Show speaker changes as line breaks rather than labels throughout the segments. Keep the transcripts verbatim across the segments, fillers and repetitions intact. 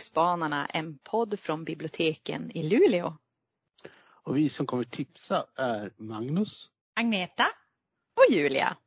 Bokbågsbanarna, en podd från biblioteken i Luleå.
Och vi som kommer tipsa är Magnus,
Agneta
och Julia.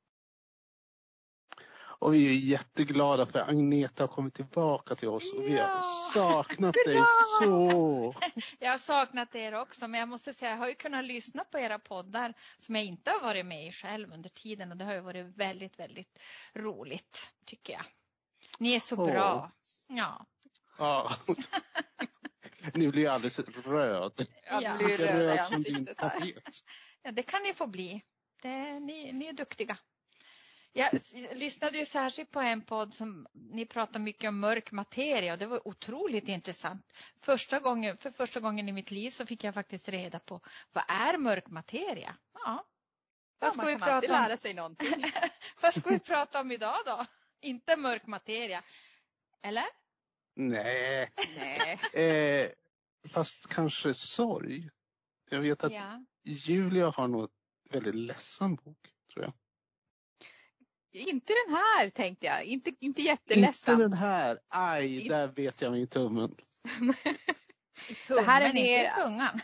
Och vi är jätteglada för att Agneta har kommit tillbaka till oss. Och vi har
Ja.
saknat dig
Bra.
så.
Jag har saknat er också, men jag måste säga jag har ju kunnat lyssna på era poddar som jag inte har varit med i själv under tiden. Och det har ju varit väldigt, väldigt roligt, tycker jag. Ni är så
Åh.
bra. Ja.
Ja. Nu blir jag alldeles röd.
Ja.
Lika röd som din tapet.
Ja, det kan ni få bli. Det, ni, ni är duktiga. Jag lyssnade ju särskilt på en podd som ni pratar mycket om mörk materia och det var otroligt intressant. Första gången, för första gången i mitt liv så fick jag faktiskt reda på vad är mörk materia? Ja. Vad
Ja,
ska
man
vi
kan
prata
alltid
om?
lära sig någonting.
Vad ska vi prata om idag då? Inte mörk materia. Eller?
Nej.
Nej.
Eh, fast kanske sorg. Jag vet att
Ja.
Julia har nog väldigt ledsen bok, tror jag.
Inte den här, tänkte jag. Inte, inte jätteledsen.
Inte den här. Aj,
In...
där vet jag min tummen.
Tummen,
det här är
inte
mer...
i tungan.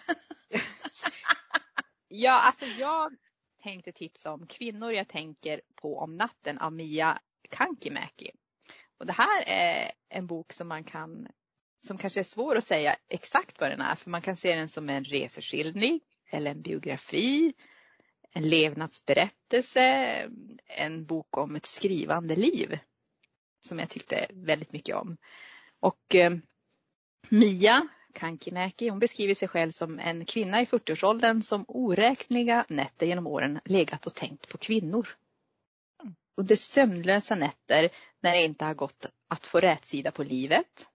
Ja, alltså jag tänkte tipsa om Kvinnor jag tänker på om natten av Mia Kankimäki. Och det här är en bok som man kan, som kanske är svår att säga exakt vad den är. För man kan se den som en reseskildring eller en biografi, en levnadsberättelse, en bok om ett skrivande liv. Som jag tyckte väldigt mycket om. Och eh, Mia Kankimäki, hon beskriver sig själv som en kvinna i fyrtioårsåldern som oräkneliga nätter genom åren legat och tänkt på kvinnor. Under sömnlösa nätter när det inte har gått att få rätsida på livet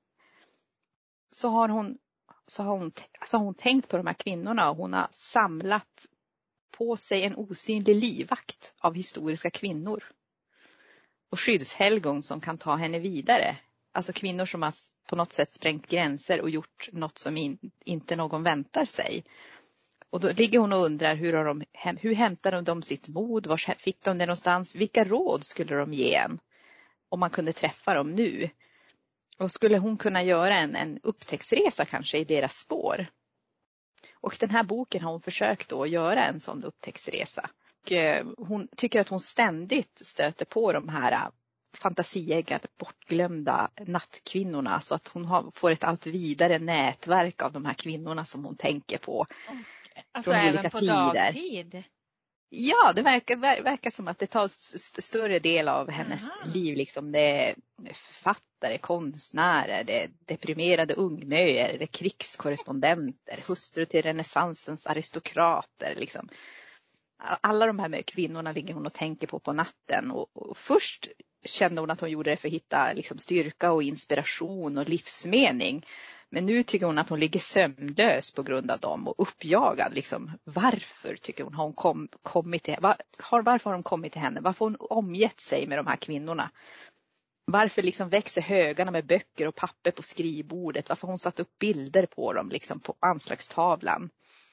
så har hon, så har hon, så har hon tänkt på de här kvinnorna och hon har samlat på sig en osynlig livvakt av historiska kvinnor. Och skyddshelgon som kan ta henne vidare. Alltså kvinnor som har på något sätt sprängt gränser och gjort något som in, inte någon väntar sig. Och då ligger hon och undrar hur, har de, hur hämtade de sitt mod? Var fick de det någonstans? Vilka råd skulle de ge en om man kunde träffa dem nu? Och skulle hon kunna göra en, en upptäcktsresa kanske i deras spår? Och den här boken har hon försökt då göra en sån upptäcktsresa. Och hon tycker att hon ständigt stöter på de här fantasieggade, bortglömda nattkvinnorna. Så att hon har, får ett allt vidare nätverk av de här kvinnorna som hon tänker på.
Alltså
från
även
olika
på
tider.
dagtid?
Ja, det verkar, verkar som att det tar st- större del av hennes
Aha.
liv. Liksom. Det är författare, konstnärer, det är deprimerade ungmöer, det är krigskorrespondenter, hustru till renässansens aristokrater. Liksom. Alla de här med kvinnorna ligger hon och tänker på på natten. Och, och först kände hon att hon gjorde det för att hitta liksom, styrka och inspiration och livsmening. Men nu tycker hon att hon ligger sömnlös på grund av dem och uppjagad. Liksom, varför tycker hon har hon kom, kommit till var, har, varför har de kommit till henne? Varför har hon omgett sig med de här kvinnorna? Varför liksom växer högarna med böcker och papper på skrivbordet? Varför har hon satt upp bilder på dem liksom, på anslagstavlan?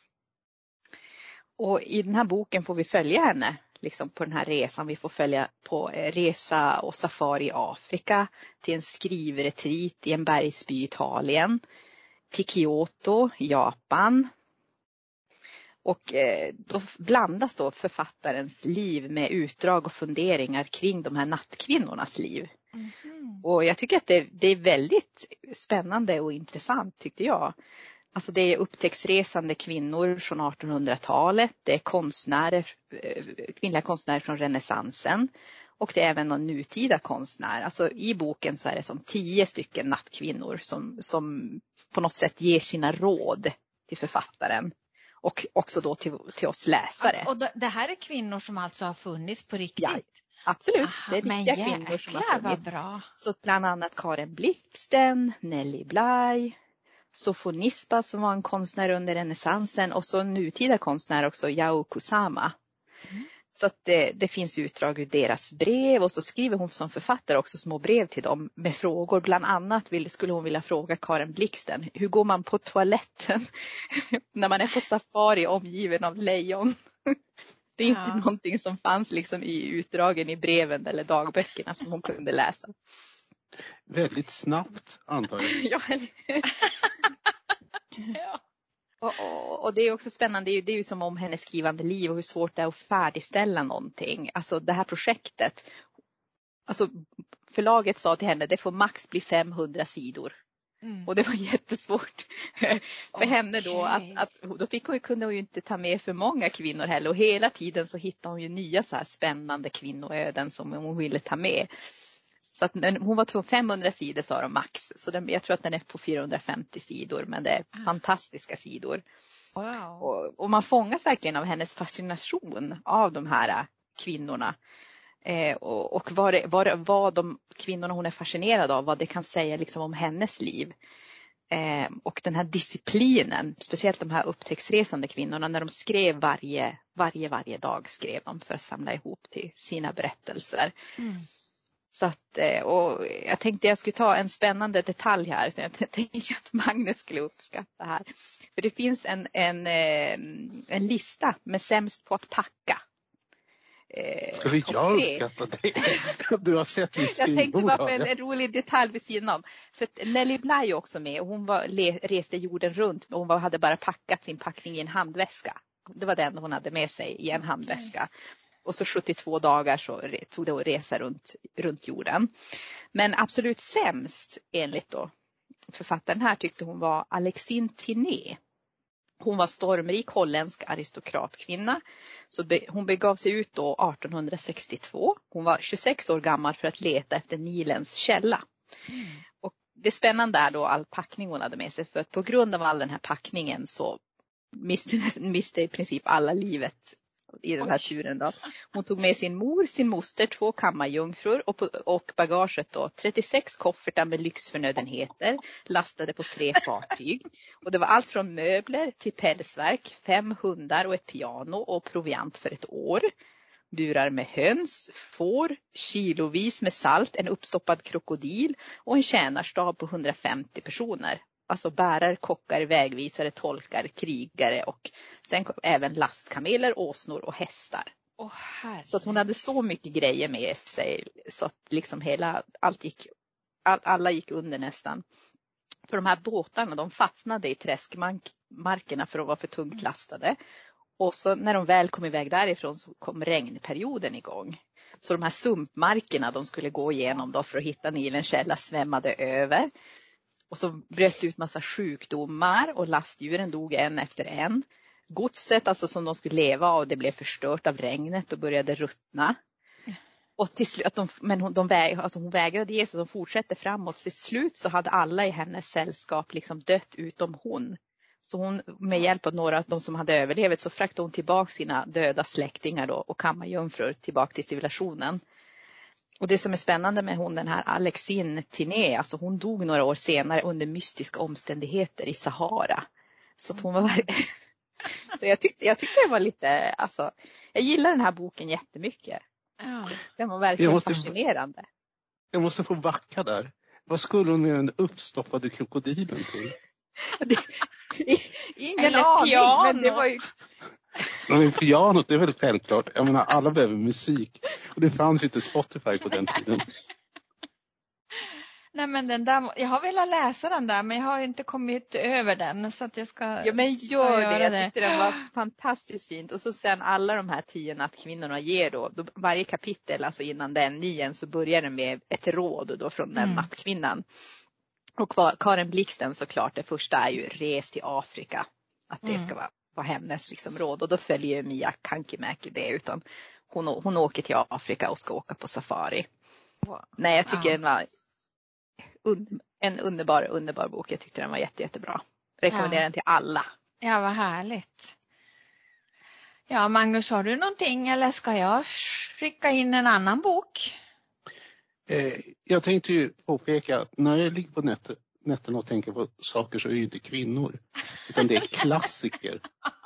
Och i den här boken får vi följa henne liksom på den här resan. Vi får följa på resa och safari i Afrika, till en skrivretreat i en bergsby i Italien, till Kyoto, Japan. Och då blandas då författarens liv med utdrag och funderingar kring de här nattkvinnornas liv. Mm-hmm. Och jag tycker att det, det är väldigt spännande och intressant, tyckte jag. Alltså det är upptäcktsresande kvinnor från artonhundratalet, det är konstnärer, kvinnliga konstnärer från renässansen och det är även någon nutida konstnär. Alltså i boken så är det som tio stycken nattkvinnor som, som på något sätt ger sina råd till författaren och också då till, till oss läsare.
Alltså, och det här är kvinnor som alltså har funnits på riktigt?
Ja, absolut,
Aha,
det är riktiga
men
kvinnor som har funnits.
Bra.
Så bland annat Karen Blixten, Nelly Bly, Sofonisba som var en konstnär under renässansen och så nutida konstnär också, Yao Kusama. Mm. Så att det, det finns utdrag ur deras brev och så skriver hon som författare också små brev till dem med frågor. Bland annat vill, skulle hon vilja fråga Karen Blixten, hur går man på toaletten när man är på safari omgiven av lejon? Det är ja. inte någonting som fanns liksom i utdragen i breven eller dagböckerna som hon kunde läsa.
Väldigt snabbt, antar jag.
Ja,
Ja.
och, och, och det är också spännande, det är, ju, det är ju som om hennes skrivande liv och hur svårt det är att färdigställa någonting. Alltså det här projektet, alltså förlaget sa till henne, det får max bli femhundra sidor.
Mm.
Och det var jättesvårt för
Okay.
henne då. Att, att, då fick hon, kunde hon ju inte ta med för många kvinnor heller. Och hela tiden så hittade hon ju nya så här spännande kvinnoöden som hon ville ta med. Så att den, hon var på femhundra sidor sa de max. Så den, jag tror att den är på fyrahundrafemtio sidor. Men det är
Ah.
fantastiska sidor.
Wow.
Och, och man fångas verkligen av hennes fascination av de här kvinnorna. Eh, och och vad, det, vad, det, vad de kvinnorna hon är fascinerad av, vad det kan säga liksom om hennes liv. Eh, och den här disciplinen, speciellt de här upptäcktsresande kvinnorna, när de skrev varje, varje, varje dag skrev de för att samla ihop till sina berättelser.
Mm.
Så att, eh, och jag tänkte jag skulle ta en spännande detalj här, så jag tänkte att Magnus skulle uppskatta här. För det finns en, en, en lista med sämst på att packa.
Skulle jag uppskatta det? Du har sett min skrivbord.
Jag tänkte bara på en, en rolig detalj vid sidan om. För att Nelly Bly är också med och hon var, reste jorden runt och hon var, hade bara packat sin packning i en handväska. Det var den hon hade med sig i en handväska. Okay. Och så sjuttiotvå dagar så tog det att resa runt, runt jorden. Men absolut sämst enligt då författaren här tyckte hon var Alexine Tiné. Hon var stormrik holländsk aristokratkvinna. Så be, hon begav sig ut då arton sextiotvå. Hon var tjugosex år gammal för att leta efter Nilens källa. Mm. Och det spännande är då all packning hon hade med sig. För att på grund av all den här packningen så miste, miste i princip alla livet i den här Oj. turen då. Hon tog med sin mor, sin moster, två kammarjungfrur och, på, och bagaget då. trettiosex koffertar med lyxförnödenheter lastade på tre fartyg. Och det var allt från möbler till pälsverk, fem hundar och ett piano och proviant för ett år. Burar med höns, får, kilovis med salt, en uppstoppad krokodil och en tjänarstab på hundrafemtio personer. Alltså bärare, kockar, vägvisare, tolkar, krigare och sen även lastkameler, åsnor och hästar.
Oh,
så att hon hade så mycket grejer med sig så att liksom hela, allt gick, all, alla gick under nästan. För de här båtarna, de fastnade i träskmarkerna för att vara för tungt lastade. Och så när de väl kom iväg därifrån så kom regnperioden igång. Så de här sumpmarkerna de skulle gå igenom då för att hitta Nilens källa svämmade över. Och så bröt ut massa sjukdomar och lastdjuren dog en efter en. Godset alltså som de skulle leva av det blev förstört av regnet och började ruttna. Och till slut, de, men hon, de väg, alltså hon vägrade ge sig, de fortsatte framåt. Till slut så hade alla i hennes sällskap liksom dött utom hon. Så hon med hjälp av några av de som hade överlevt så fraktade hon tillbaka sina döda släktingar då och kammarjungfrur tillbaka till civilisationen. Och det som är spännande med hon den här Alexine Tiné, alltså hon dog några år senare under mystiska omständigheter i Sahara. Så att hon var så jag tyckte jag tyckte det var lite alltså jag gillar den här boken jättemycket. Ja. Den var verkligen jag måste, fascinerande.
Jag måste få backa där. Vad skulle hon med den uppstoppade krokodilen till?
det, ingen Eller aning, piano. Men det var ju
Men pianot, det är väldigt självklart. Jag menar, alla behöver musik. Och det fanns ju inte Spotify på den tiden.
Nej, men den där, jag har velat läsa den där, men jag har inte kommit över den. Så att jag ska
Ja, men gör det. Jag tyckte den var fantastiskt fint. Och så sen alla de här tio nattkvinnorna ger då, då varje kapitel, alltså innan den nyen, så börjar den med ett råd då från den mm. nattkvinnan. Och Karin Blixten såklart, det första är ju res till Afrika. Att det mm. ska vara var hennes liksom råd och då följer Mia Kankimäki det utan hon, hon åker till Afrika och ska åka på safari. Wow. Nej, jag tycker ja. den var un, en underbar, underbar bok. Jag tyckte den var jätte, jättebra. Rekommenderar ja. den till alla.
Ja, vad härligt. Ja, Magnus, har du någonting eller ska jag skicka in en annan bok?
Eh, jag tänkte ju påpeka att när jag ligger på nätet nätten och tänker på saker så är det inte kvinnor utan det är klassiker.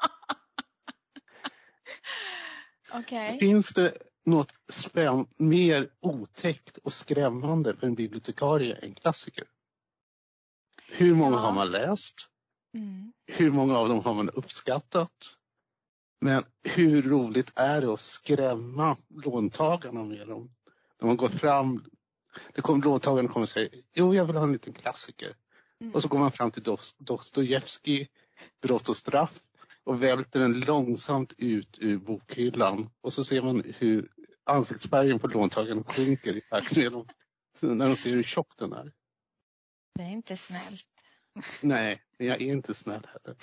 Okay.
Finns det något spänn, mer otäckt och skrämmande för en bibliotekarie än klassiker? Hur många ja. har man läst? Mm. Hur många av dem har man uppskattat? Men hur roligt är det att skrämma låntagarna med dem? De har gått fram Det kommer låntagaren kommer säga, jo jag vill ha en liten klassiker. Mm. Och så går man fram till Dostojevskij, Brott och straff, och välter den långsamt ut ur bokhyllan. Och så ser man hur ansiktsfärgen på låntagaren sjunker i takt med dem, när de ser hur tjock den är.
Det är inte snällt.
Nej, jag är inte snäll heller.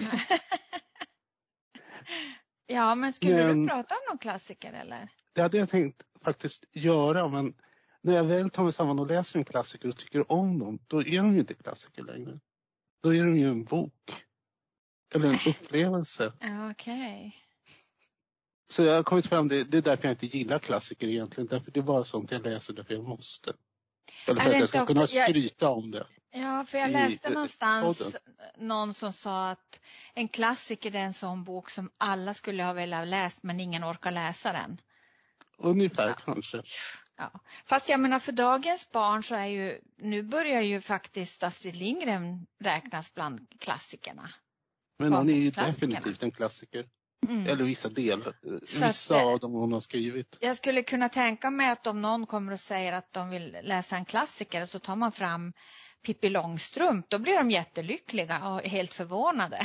Ja, men skulle men, du prata om någon klassiker eller?
Det hade jag tänkt faktiskt göra, men när jag väl tar mig samman och läser en klassiker och tycker om dem, då är de ju inte klassiker längre. Då är de ju en bok. Eller en upplevelse.
Okej. Okay.
Så jag har kommit fram, det, det är därför jag inte gillar klassiker egentligen. Därför det är bara sånt jag läser därför jag måste. Eller för att jag ska också kunna skryta jag... om det.
Ja, för jag läste i, någonstans podden. Någon som sa att en klassiker är en sån bok som alla skulle ha velat läsa men ingen orkar läsa den.
Ungefär
ja.
kanske.
Ja. Fast jag menar för dagens barn så är ju, nu börjar ju faktiskt Astrid Lindgren räknas bland klassikerna.
Men hon är ju definitivt en klassiker. Mm. Eller vissa delar, så vissa att, av dem hon har skrivit.
Jag skulle kunna tänka mig att om någon kommer och säger att de vill läsa en klassiker så tar man fram Pippi Långstrump. Då blir de jättelyckliga och helt förvånade.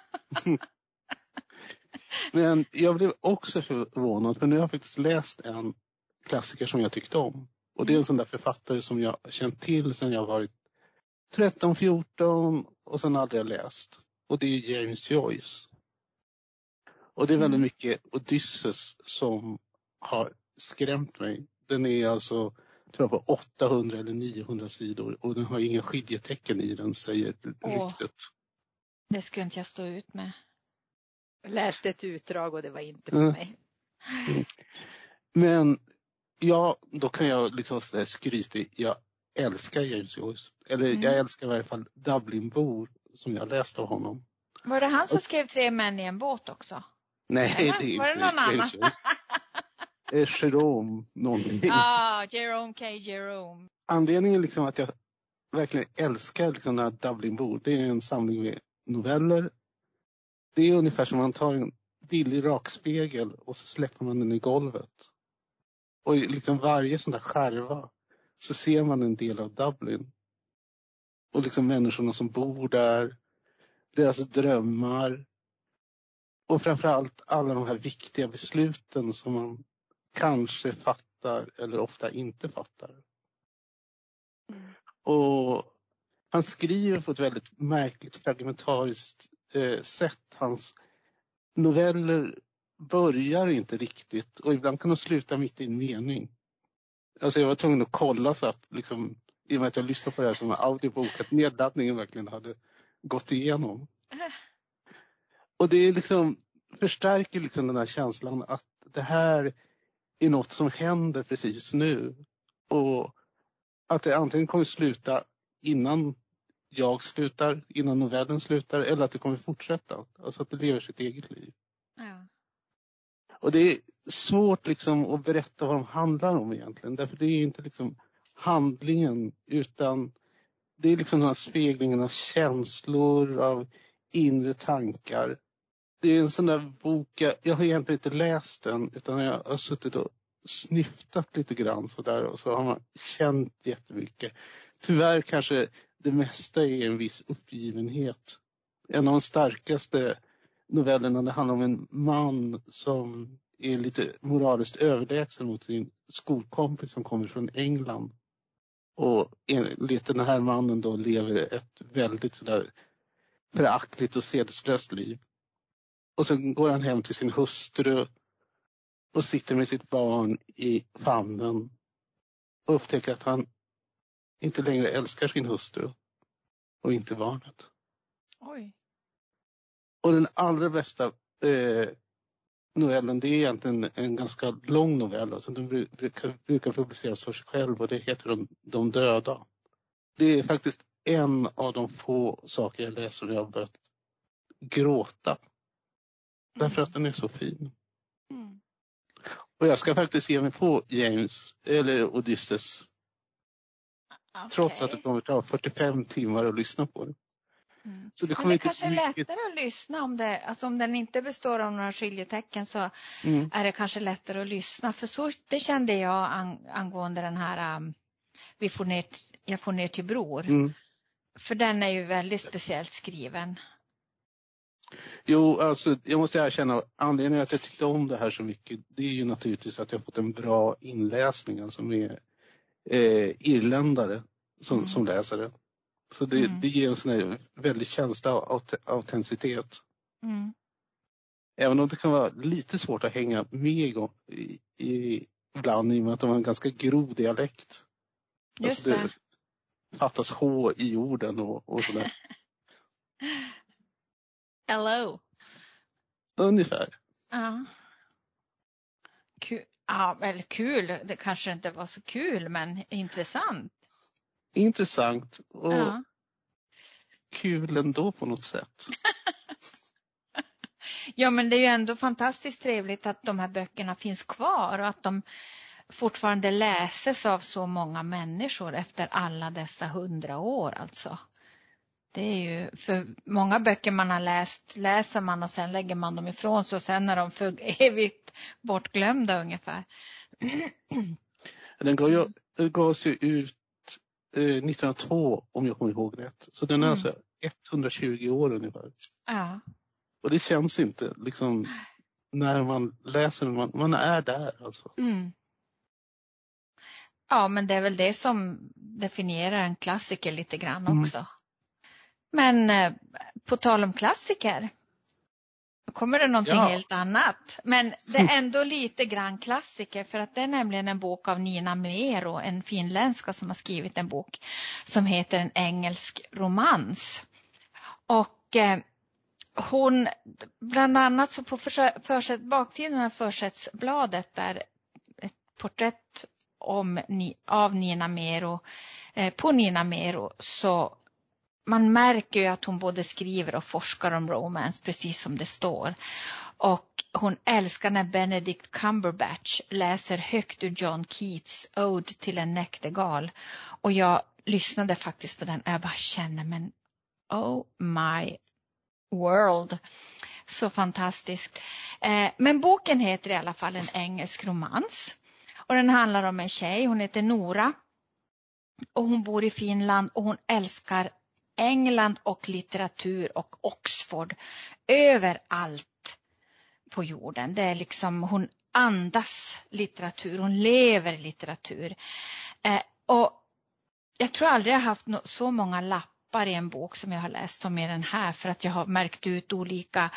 Men jag blev också förvånad för nu har jag faktiskt läst en klassiker som jag tyckte om. Och det är en sån där författare som jag känt till sedan jag varit tretton fjorton och sen aldrig läst. Och det är James Joyce. Och det är väldigt mycket Odysseus som har skrämt mig. Den är alltså, tror jag, på åttahundra eller niohundra sidor. Och den har inga skiljetecken i den, säger
Åh,
ryktet.
Det skulle inte jag stå ut med.
Jag läste ett utdrag och det var inte för mm. mig.
Mm. Men ja, då kan jag liksom sådär skryta. Jag älskar James Joyce. Eller mm. jag älskar i varje fall Dublinbor som jag läste av honom.
Var det han som skrev Tre män i en båt också?
Nej,
Eller?
det är
var
inte
det någon annan?
Det är Jerome någonting.
Ja, ah, Jerome K. Jerome.
Anledningen liksom att jag verkligen älskar liksom den här Dublinbor, det är en samling med noveller. Det är ungefär som man tar en billig rakspegel och så släpper man den i golvet. Och i liksom varje sån där skärva så ser man en del av Dublin. Och liksom människorna som bor där, deras drömmar. Och framförallt alla de här viktiga besluten som man kanske fattar eller ofta inte fattar. Mm. Och han skriver på ett väldigt märkligt fragmentariskt eh, sätt. Hans noveller börjar inte riktigt och ibland kan de sluta mitt i en mening. Alltså jag var tvungen att kolla så att liksom, i och med att jag lyssnade på det här som en audiobok, att nedladdningen verkligen hade gått igenom. Mm. Och det är liksom, förstärker liksom den här känslan att det här är något som händer precis nu. Och att det antingen kommer sluta innan jag slutar, innan novellen slutar, eller att det kommer fortsätta. Alltså att det lever sitt eget liv.
Ja.
Och det är svårt liksom att berätta vad de handlar om egentligen. Därför det är inte liksom handlingen, utan det är liksom den här speglingen av känslor, av inre tankar. Det är en sån där bok, jag, jag har egentligen inte läst den, utan jag har suttit och snyftat lite grann så där, och så har man känt jättemycket. Tyvärr kanske det mesta är en viss uppgivenhet. En av de starkaste novellerna, det handlar om en man som är lite moraliskt överlägsen mot sin skolkompis som kommer från England. Och enligt den här mannen då lever ett väldigt sådär föraktligt och sedeslöst liv. Och så går han hem till sin hustru och sitter med sitt barn i famnen och upptäcker att han inte längre älskar sin hustru och inte barnet.
Oj.
Och den allra bästa eh, novellen, det är egentligen en ganska lång novell. Alltså den brukar, brukar publiceras för sig själv och det heter De, de döda. Det är faktiskt en av de få saker jag läser när jag har börjat gråta. Därför att den är så fin. Mm. Och jag ska faktiskt ge mig på James, eller Odysseus. Okay. Trots att det kommer att ta fyrtiofem timmar att lyssna på det.
Mm. Så det kommer Men det kanske är mycket... lättare att lyssna om det, alltså om den inte består av några skiljetecken så mm. är det kanske lättare att lyssna. För så, det kände jag ang- angående den här um, vi får ner, jag får ner till Bror.
Mm.
För den är ju väldigt speciellt skriven.
Jo, alltså jag måste erkänna, anledningen att jag tyckte om det här så mycket, det är ju naturligtvis att jag fått en bra inläsning, alltså med eh, irländare som,
Mm.
som läser det. Så det,
Mm.
det ger en sån här väldigt känsla av aut- autenticitet.
Mm.
Även om det kan vara lite svårt att hänga med i, i, ibland i och med att de har en ganska grov dialekt.
Just
alltså
det.
det fattas H i orden och, och sådär.
Hello.
Ungefär.
Ja. Kul. Ja, eller kul. Det kanske inte var så kul, men intressant.
Intressant och
Ja.
kul ändå på något sätt.
Ja, men det är ju ändå fantastiskt trevligt att de här böckerna finns kvar och att de fortfarande läses av så många människor efter alla dessa hundra år alltså. Det är ju för många böcker man har läst, läser man och sen lägger man dem ifrån sig och sen är de för evigt bortglömda ungefär.
Den gav ju, gavs ju ut eh, nittonhundratvå om jag kommer ihåg rätt. Så den är
Mm.
alltså etthundratjugo år ungefär.
Ja.
Och det känns inte liksom när man läser den, man, man är där alltså.
Mm. Ja, men det är väl det som definierar en klassiker lite grann också. Mm. Men eh, på tal om klassiker, då kommer det någonting ja. helt annat. Men det är ändå lite grann klassiker, för att det är nämligen en bok av Nina Mero, en finländska som har skrivit en bok som heter En engelsk romans. Och eh, hon, bland annat så på försätt, baksidan av försättsbladet där ett porträtt om, av Nina Mero, eh, på Nina Mero, så man märker ju att hon både skriver och forskar om romance precis som det står. Och hon älskar när Benedict Cumberbatch läser högt ur John Keats Ode till en näktergal. Och jag lyssnade faktiskt på den och jag bara känner, men oh my world. Så fantastiskt. Eh, men boken heter i alla fall En engelsk romans. Och den handlar om en tjej, hon heter Nora. Och hon bor i Finland och hon älskar England och litteratur och Oxford överallt på jorden. Det är liksom, hon andas litteratur, hon lever litteratur. Eh, och jag tror aldrig jag har haft no- så många lappar i en bok som jag har läst som i den här, för att jag har märkt ut olika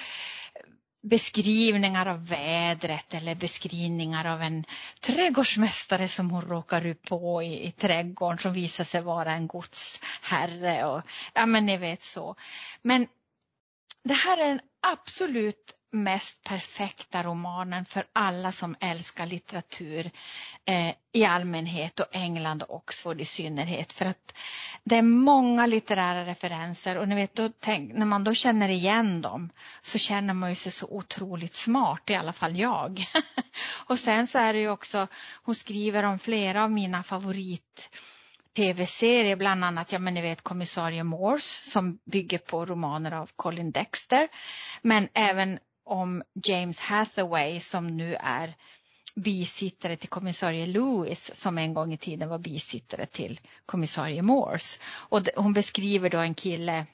beskrivningar av vädret eller beskrivningar av en trädgårdsmästare som hon råkar upp på i, i trädgården som visar sig vara en godsherre och ja, men ni vet så. Men det här är den absolut mest perfekta romanen för alla som älskar litteratur eh, i allmänhet och England och Oxford i synnerhet, för att det är många litterära referenser och ni vet, då tänk, när man då känner igen dem så känner man ju sig så otroligt smart, i alla fall jag. Och sen så är det ju också, hon skriver om flera av mina favorit tv-serier, bland annat, ja men ni vet Kommissarie Morse som bygger på romaner av Colin Dexter, men även om James Hathaway som nu är bisittare till kommissarie Lewis som en gång i tiden var bisittare till kommissarie Morse. Och hon beskriver då en kille,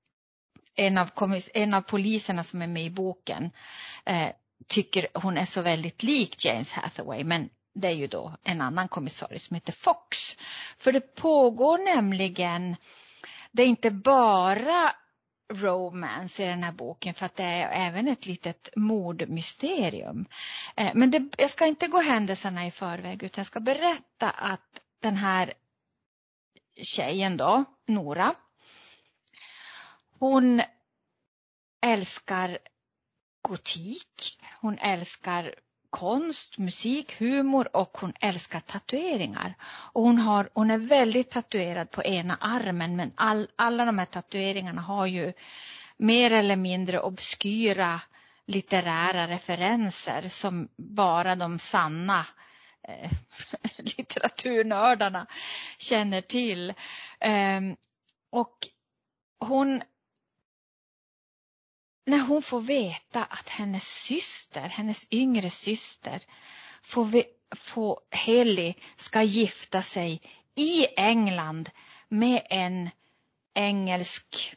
en av, kommiss- en av poliserna som är med i boken eh, tycker hon är så väldigt lik James Hathaway, men det är ju då en annan kommissarie som heter Fox. För det pågår nämligen, det är inte bara romance i den här boken, för att det är även ett litet mordmysterium. Men det, jag ska inte gå händelserna i förväg, utan jag ska berätta att den här tjejen då, Nora, hon älskar gotik, hon älskar konst, musik, humor och hon älskar tatueringar. Och hon, har, hon är väldigt tatuerad på ena armen, men all, alla de här tatueringarna har ju mer eller mindre obskyra litterära referenser som bara de sanna eh, litteraturnördarna känner till. Eh, och hon När hon får veta att hennes syster, hennes yngre syster, får, vi, får Helly ska gifta sig i England med en engelsk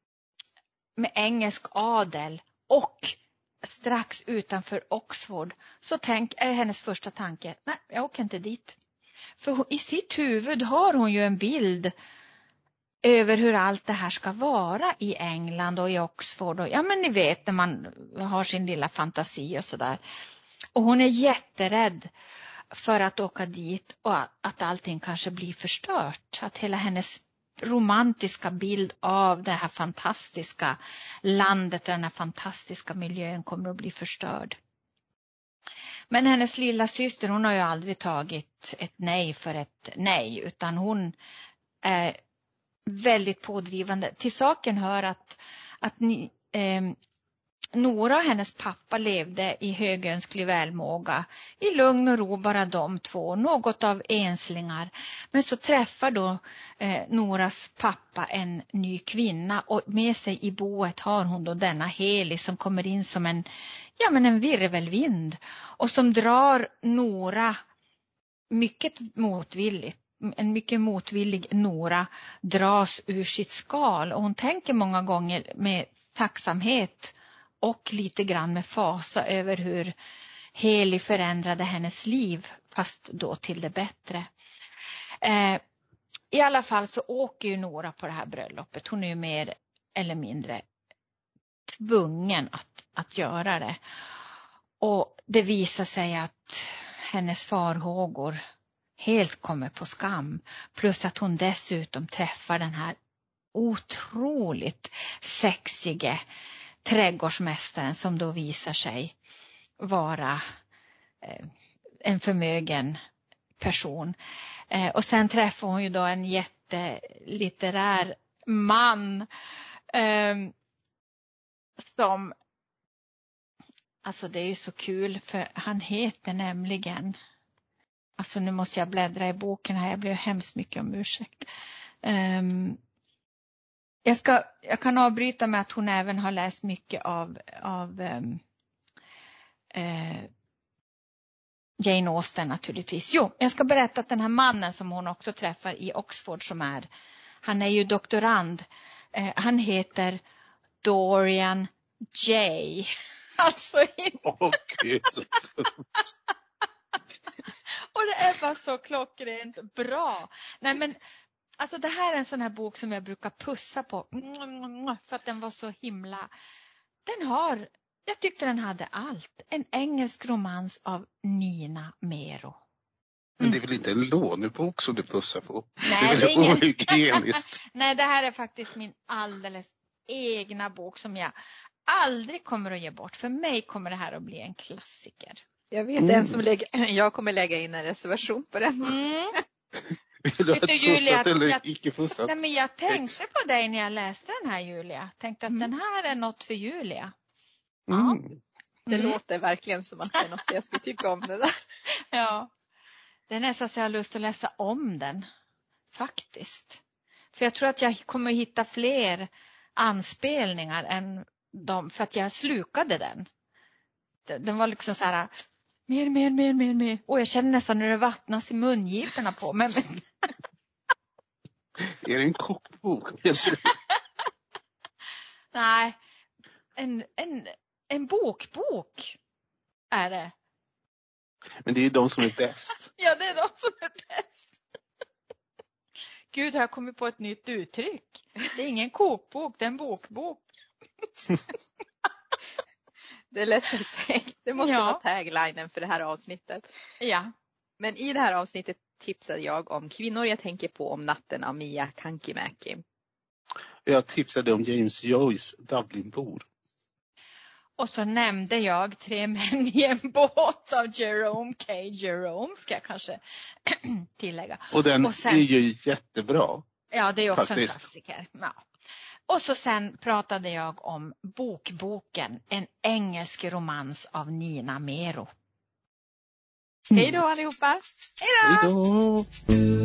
med engelsk adel och strax utanför Oxford, så tänk, är hennes första tanke, nej, jag åker inte dit. För hon, i sitt huvud har hon ju en bild över hur allt det här ska vara i England och i Oxford. Och, ja, men ni vet när man har sin lilla fantasi och sådär. Och hon är jätterädd för att åka dit och att allting kanske blir förstört. Att hela hennes romantiska bild av det här fantastiska landet och den här fantastiska miljön kommer att bli förstörd. Men hennes lilla syster, hon har ju aldrig tagit ett nej för ett nej, utan hon är väldigt pådrivande. Till saken hör att, att ni, eh, Nora och hennes pappa levde i högönsklig välmåga, i lugn och ro, bara de två, något av enslingar. Men så träffar då eh, Noras pappa en ny kvinna, och med sig i boet har hon då denna Heli som kommer in som en, ja, men en virvelvind och som drar Nora mycket motvilligt. En mycket motvillig Nora dras ur sitt skal, och hon tänker många gånger med tacksamhet och lite grann med fasa över hur Heli förändrade hennes liv, fast då till det bättre. Eh, I alla fall så åker ju Nora på det här bröllopet. Hon är ju mer eller mindre tvungen att, att göra det. Och det visar sig att hennes farhågor helt kommer på skam. Plus att hon dessutom träffar den här otroligt sexige trädgårdsmästaren som då visar sig vara eh, en förmögen person. Eh, och sen träffar hon ju då en jättelitterär man eh, som, alltså det är ju så kul, för han heter nämligen, alltså nu måste jag bläddra i boken här, jag blir hemskt mycket om ursäkt. Um, jag, ska, jag kan avbryta med att hon även har läst mycket av, av um, uh, Jane Austen naturligtvis. Jo, jag ska berätta att den här mannen som hon också träffar i Oxford, som är, han är ju doktorand, uh, han heter Dorian J. Alltså inte.
Åh gud, så dumt.
Och det är bara så klockrent bra. Nej, men alltså det här är en sån här bok som jag brukar pussa på. För att den var så himla. Den har, jag tyckte den hade allt. En engelsk romans av Nina Mero. Mm.
Men det är väl inte en lånebok som du pussar på?
Nej,
det är väl
ingen...
ohygieniskt.
Nej, det här är faktiskt min alldeles egna bok som jag aldrig kommer att ge bort. För mig kommer det här att bli en klassiker.
Jag vet mm. en som lägger, jag kommer lägga in en reservation på den.
Mm.
Vill du ha pussat Julia, eller
jag,
icke pussat?
Nej, men jag tänkte på dig när jag läste den här, Julia. Tänkte att mm. den här är något för Julia.
Mm.
Ja. Det mm. låter verkligen som att det är något jag skulle tycka om det där.
Ja. Det är nästan så jag har lust att läsa om den. Faktiskt. För jag tror att jag kommer hitta fler anspelningar än de. För att jag slukade den. Den var liksom så här. Mer, mer, mer, mer, mer. Och jag känner nästan när det vattnas i mungiporna på mig. Men...
Är det en kokbok?
Nej. En, en, en bokbok är det.
Men det är de som är bäst.
Ja, det är de som är bäst. Gud, har jag kommit på ett nytt uttryck. Det är ingen kokbok, det är en bokbok.
Det är lätt tänkt. Det måste ja. vara taglinen för det här avsnittet.
Ja.
Men i det här avsnittet tipsade jag om Kvinnor jag tänker på om natten av Mia Kankimäki.
Jag tipsade om James Joyce, Dublinbor. Och
så nämnde jag Tre män i en båt av Jerome K. Jerome, ska jag kanske tillägga.
Och den och sen, är ju jättebra.
Ja, det är också faktiskt en klassiker. Ja. Och så sen pratade jag om Bokboken, en engelsk romans av Nina Mero.
Hej då allihopa!
Hej då!